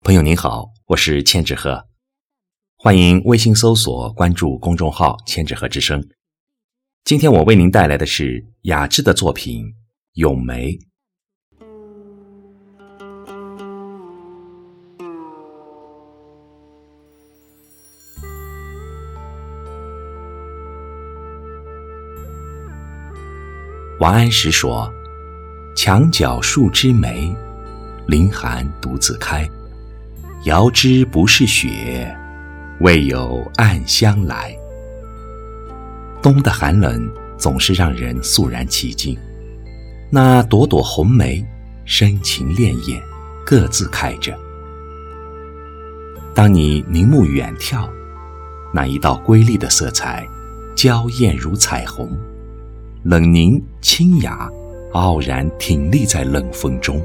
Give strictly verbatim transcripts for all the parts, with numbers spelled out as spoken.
朋友您好，我是千纸鹤，欢迎微信搜索关注公众号千纸鹤之声。今天我为您带来的是雅致的作品《咏梅》。王安石说，墙角数枝梅，凌寒独自开，遥知不是雪，为有暗香来。冬的寒冷总是让人肃然起敬，那朵朵红梅深情潋滟，各自开着。当你凝目远眺，那一道瑰丽的色彩娇艳如彩虹，冷凝清雅，傲然挺立在冷风中。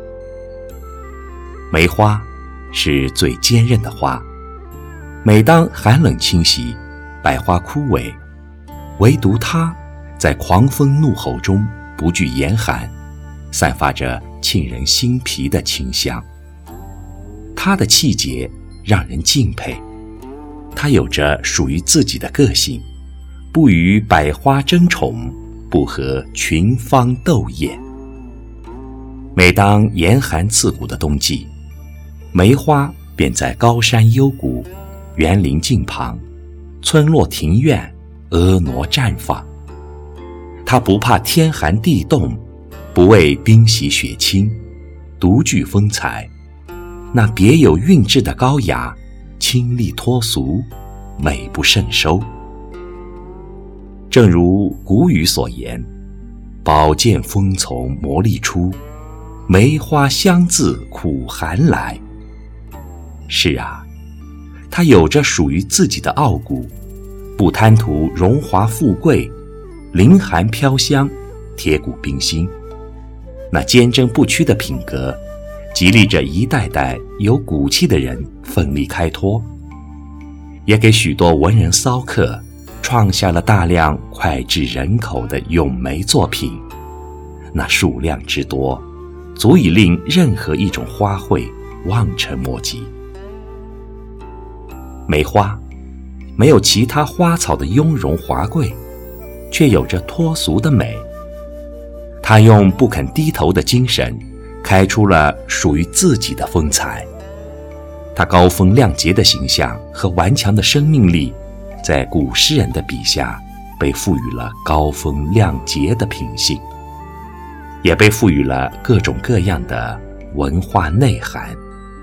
梅花是最坚韧的花，每当寒冷侵袭，百花枯萎，唯独它在狂风怒吼中不惧严寒，散发着沁人心脾的清香。它的气节让人敬佩，它有着属于自己的个性，不与百花争宠，不和群芳斗艳。每当严寒刺骨的冬季，梅花便在高山幽谷、园林径旁、村落庭院婀娜绽放。它不怕天寒地冻，不畏冰洗雪清，独具风采。那别有韵致的高雅，清丽脱俗，美不胜收。正如古语所言，宝剑锋从磨砺出，梅花香自苦寒来。是啊，它有着属于自己的傲骨，不贪图荣华富贵，凌寒飘香，铁骨冰心。那坚贞不屈的品格，激励着一代代有骨气的人奋力开拓，也给许多文人骚客创下了大量脍炙人口的咏梅作品。那数量之多，足以令任何一种花卉望尘莫及。梅花没有其他花草的雍容华贵，却有着脱俗的美。它用不肯低头的精神，开出了属于自己的风采。它高风亮节的形象和顽强的生命力，在古诗人的笔下被赋予了高风亮节的品性，也被赋予了各种各样的文化内涵。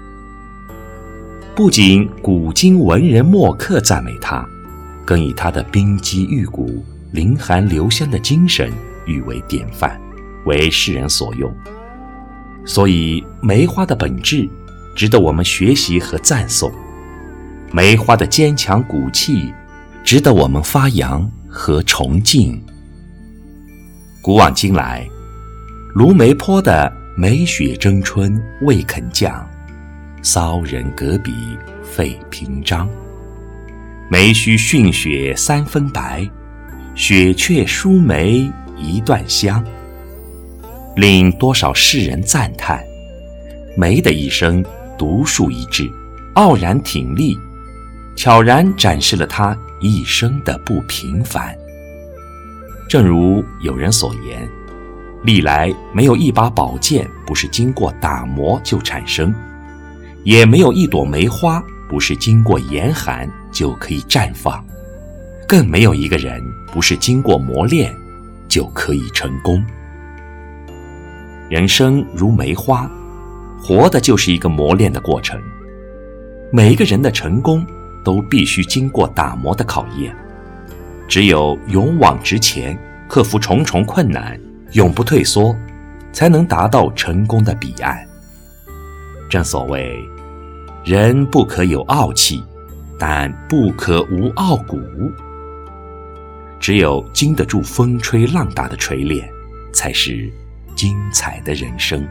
不仅古今文人墨客赞美他，更以他的冰肌玉骨、凌寒留香的精神誉为典范，为世人所用。所以梅花的本质值得我们学习和赞颂，梅花的坚强骨气值得我们发扬和崇敬。古往今来，卢梅坡的梅雪争春未肯降，骚人阁笔费评章。梅须逊雪三分白，雪却输梅一段香。令多少世人赞叹，梅的一生独树一帜，傲然挺立，悄然展示了他一生的不平凡。正如有人所言，历来没有一把宝剑不是经过打磨就产生，也没有一朵梅花不是经过严寒就可以绽放，更没有一个人不是经过磨练就可以成功。人生如梅花，活的就是一个磨练的过程。每一个人的成功都必须经过打磨的考验，只有勇往直前，克服重重困难，永不退缩，才能达到成功的彼岸。正所谓，人不可有傲气，但不可无傲骨。只有经得住风吹浪打的锤炼，才是精彩的人生。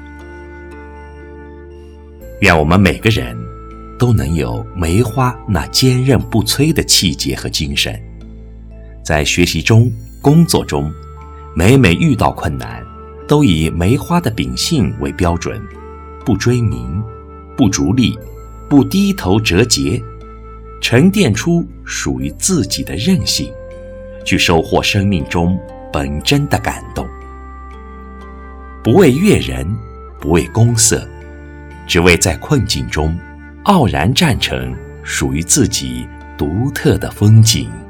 愿我们每个人都能有梅花那坚韧不摧的气节和精神，在学习中、工作中，每每遇到困难，都以梅花的秉性为标准，不追名， 不逐利，不低头折节，沉淀出属于自己的韧性，去收获生命中本真的感动。不为悦人，不为公色，只为在困境中傲然站成属于自己独特的风景。